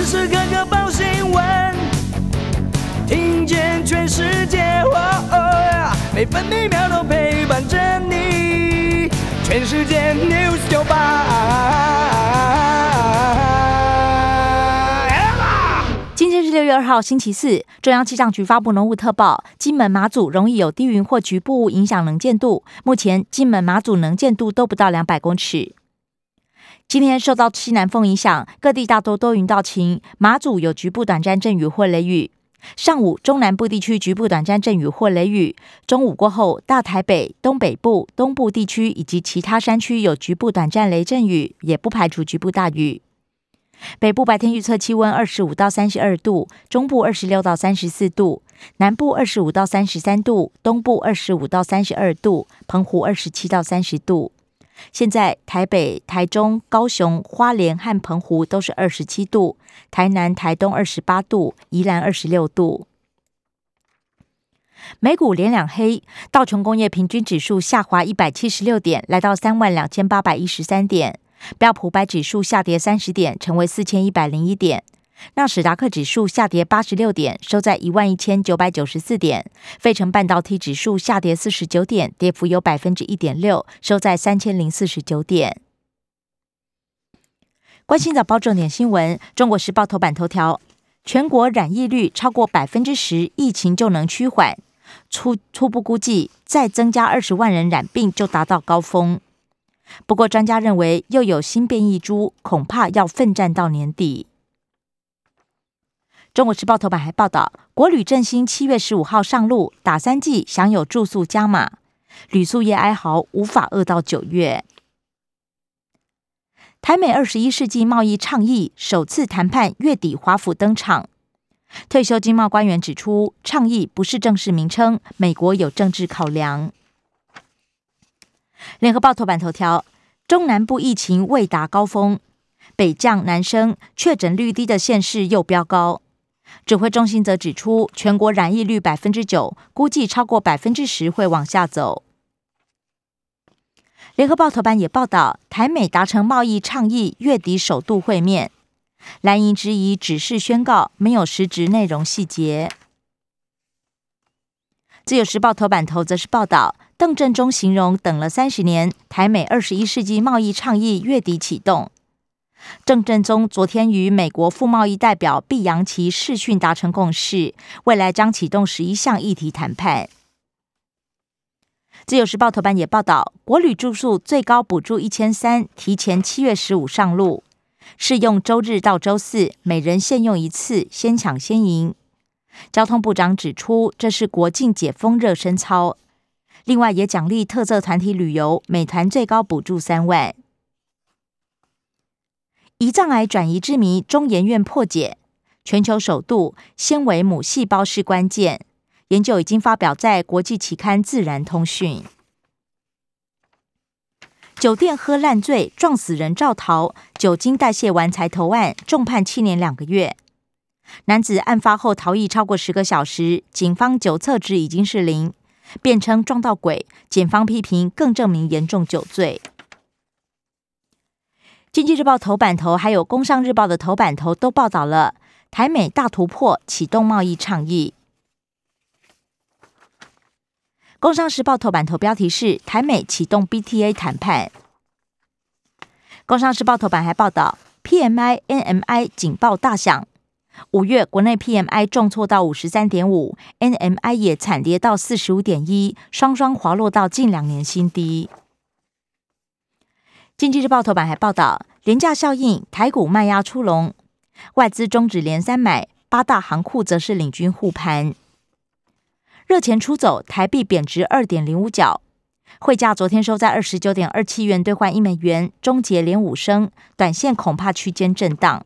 时刻刻报新闻，听见全世界，每分每秒都陪伴着你。全世界 News 98。 今天是6月2号，星期四。中央气象局发布浓雾特报，金门、马祖容易有低云或局部雾影响能见度。目前金门、马祖能见度都不到200公尺。今天受到西南风影响，各地大多多云到晴，马祖有局部短暂阵雨或雷雨。上午中南部地区局部短暂阵雨或雷雨，中午过后大台北、东北部、东部地区以及其他山区有局部短暂雷阵雨，也不排除局部大雨。北部白天预测气温25到32度，中部26到34度，南部25到33度，东部25到32度，澎湖27到30度。现在台北、台中、高雄、花莲和澎湖都是27度，台南、台东28度，宜兰26度。美股连两黑，道琼工业平均指数下滑176点，来到32,813点。标普500指数下跌30点，成为4101点。纳史达克指数下跌86点，收在11994点。费城半导体指数下跌49点，跌幅有 1.6%， 收在3049点。关心早报重点新闻，中国时报头版头条：全国染疫率超过 10%， 疫情就能趋缓。初步估计，再增加20万人染病就达到高峰。不过专家认为，又有新变异株，恐怕要奋战到年底。中国时报头版还报道，国旅振兴7月15号上路，打3剂享有住宿加码，旅宿业哀嚎无法饿到9月。台美21世纪贸易倡议首次谈判月底华府登场。退休经贸官员指出，倡议不是正式名称，美国有政治考量。联合报头版头条：中南部疫情未达高峰，北降南升，确诊率低的县市又飙高。指挥中心则指出，全国染疫率 9%， 估计超过 10% 会往下走。联合报头版也报道，台美达成贸易倡议月底首度会面，蓝营质疑只是宣告，没有实质内容细节。自由时报头版头则是报道，邓正中形容等了30年，台美21世纪贸易倡议月底启动。郑正中昨天与美国副贸易代表毕扬奇视讯达成共识，未来将启动11项议题谈判。自由时报头版也报道，国旅住宿最高补助1300，提前7月15上路，适用周日到周四，每人限用1次，先抢先赢。交通部长指出，这是国境解封热身操。另外也奖励特色团体旅游，每团最高补助3万。胰脏癌转移之谜，中研院破解，全球首度纤维母细胞是关键。研究已经发表在国际期刊《自然通讯》。酒店喝烂醉撞死人肇逃，酒精代谢完才投案，重判7年2个月。男子案发后逃逸超过10个小时，警方酒测值已经是0，辩称撞到鬼，检方批评更证明严重酒醉。经济日报头版头还有工商日报的头版头都报道了台美大突破，启动贸易倡议。工商时报头版头标题是台美启动 BTA 谈判。工商时报头版还报道 PMI、NMI 警报大响，5月国内 PMI 重挫到 53.5， NMI 也惨跌到 45.1， 双双滑落到近2年新低。经济日报头版还报道，连假效应，台股卖压出笼，外资终止连3买，8大行库则是领军护盘。热钱出走，台币贬值 2.05 角，汇价昨天收在 29.27 元兑换1美元，终结连5升，短线恐怕区间震荡。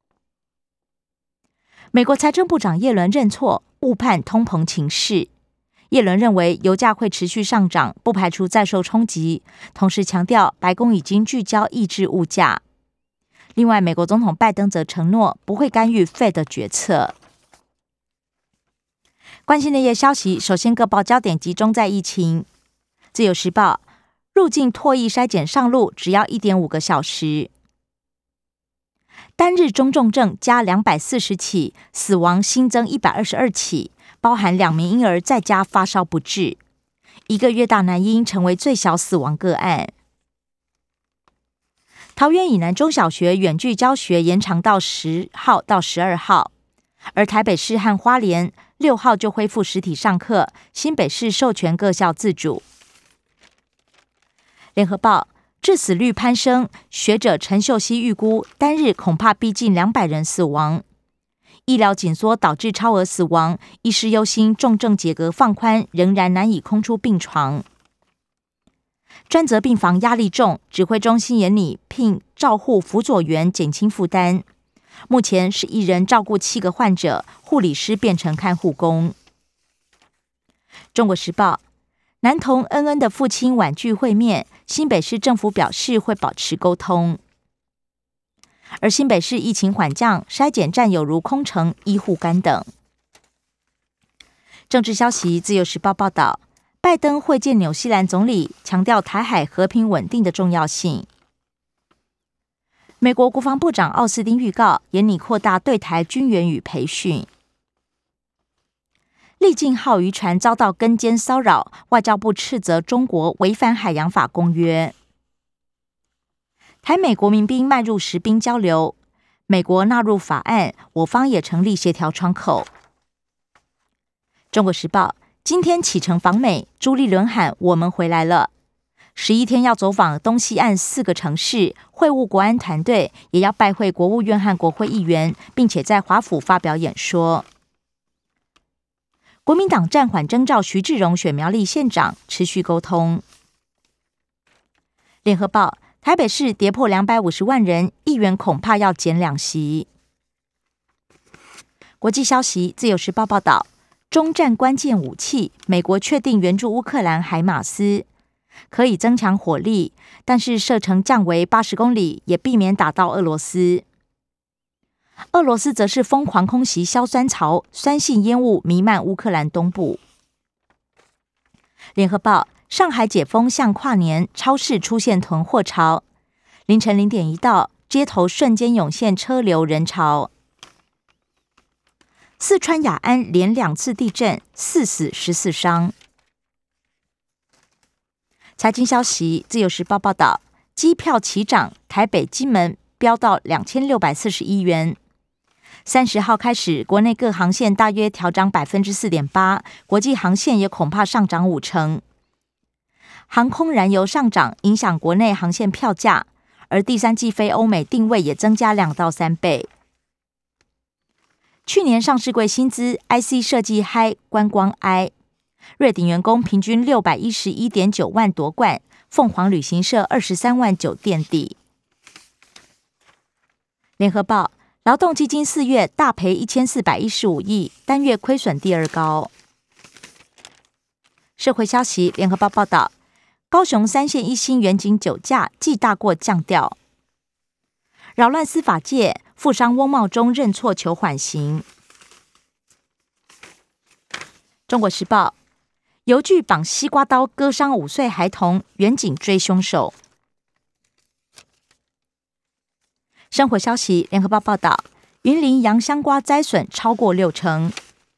美国财政部长耶伦认错，误判通膨情势。耶伦认为油价会持续上涨，不排除再受冲击，同时强调白宫已经聚焦抑制物价。另外，美国总统拜登则承诺不会干预 Fed 的决策。关心内页消息，首先各报焦点集中在疫情。自由时报，入境唾液筛检上路，只要 1.5 个小时。 单日中重症加240起，死亡新增122起，包含2名婴儿在家发烧不治。1个月大男婴成为最小死亡个案。桃园以南中小学远距教学延长到10号到12号，而台北市和花莲6号就恢复实体上课，新北市授权各校自主。联合报，致死率攀升，学者陈秀熙预估单日恐怕逼近200人死亡。医疗紧缩导致超额死亡，医师忧心重症解隔放宽仍然难以空出病床。专责病房压力重，指挥中心研拟聘照护辅佐员减轻负担。目前是1人照顾7个患者，护理师变成看护工。中国时报，男童恩恩的父亲婉拒会面，新北市政府表示会保持沟通。而新北市疫情缓降，筛检站有如空城，医护干等。政治消息，自由时报报道，拜登会见纽西兰总理，强调台海和平稳定的重要性。美国国防部长奥斯汀预告，研拟扩大对台军援与培训。利劲号渔船遭到跟监骚扰，外交部斥责中国违反海洋法公约。台美国民兵迈入实兵交流，美国纳入法案，我方也成立协调窗口。中国时报，今天启程访美，朱立伦喊我们回来了。11天要走访东西岸4个城市，会晤国安团队，也要拜会国务院和国会议员，并且在华府发表演说。国民党暂缓征召徐志荣选苗栗县长，持续沟通。联合报，台北市跌破250万人，议员恐怕要减2席。国际消息，自由时报报道，中战关键武器，美国确定援助乌克兰海马斯，可以增强火力，但是射程降为80公里，也避免打到俄罗斯。俄罗斯则是疯狂空袭硝酸槽，酸性烟雾弥漫乌克兰东部。联合报，上海解封向跨年，超市出现囤货潮。凌晨0点一到，街头瞬间涌现车流人潮。四川雅安连2次地震，4死14伤。财经消息，自由时报报道，机票齐涨，台北金门飙到2641元。30号开始，国内各航线大约调涨 4.8%， 国际航线也恐怕上涨5成。航空燃油上涨影响国内航线票价，而第3季飞欧美定位也增加2到3倍。去年上市柜薪资 IC 设计 Hi 观光 I， 瑞鼎员工平均611.9万夺冠，凤凰旅行社23万9垫底。联合报，劳动基金4月大赔1415亿，单月亏损第2高。社会消息，联合报报道，高雄3线1星远景酒驾记大过降调。扰乱司法界，富商翁茂忠认错求缓刑。中国时报，邮具绑西瓜刀割伤5岁孩童，远警追凶手。生活消息，联合报报道，云林洋香瓜栽损超过6成。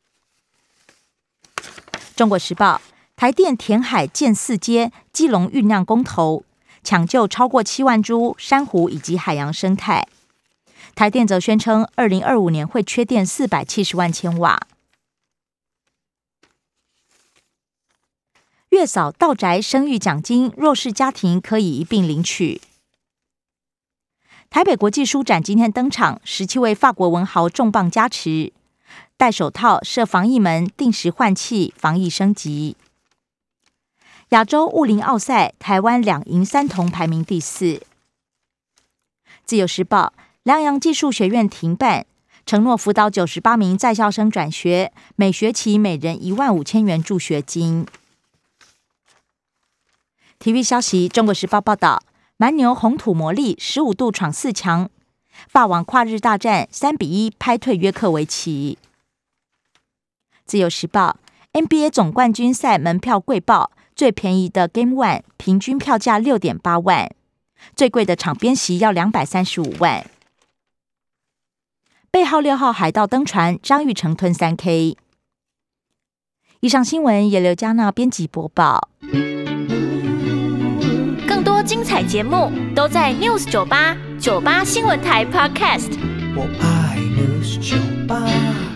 中国时报，台电填海建4街，基隆酝酿公投，抢救超过7万株珊瑚以及海洋生态。台电则宣称2025年会缺电470万千瓦。月嫂到宅生育奖金，弱势家庭可以一并领取。台北国际书展今天登场，17位法国文豪重磅加持，戴手套、设防疫门，定时换气，防疫升级。亚洲物龄奥赛，台湾2银3铜，排名第4。自由时报，梁阳技术学院停办，承诺辅导98名在校生转学，每学期每人15000元助学金。体育消息，中国时报报道，蛮牛红土魔力15度闯4强，法网跨日大战3-1拍退约克维奇。自由时报 NBA 总冠军赛门票贵爆，最便宜的 Game One 平均票价6.8万，最贵的场边席要235万。 背号6号海盗登船，张玉成吞3K。以上新闻由刘嘉娜编辑播报。 更多精彩节目都在 News 98 98新闻台 Podcast。 我爱 News 98。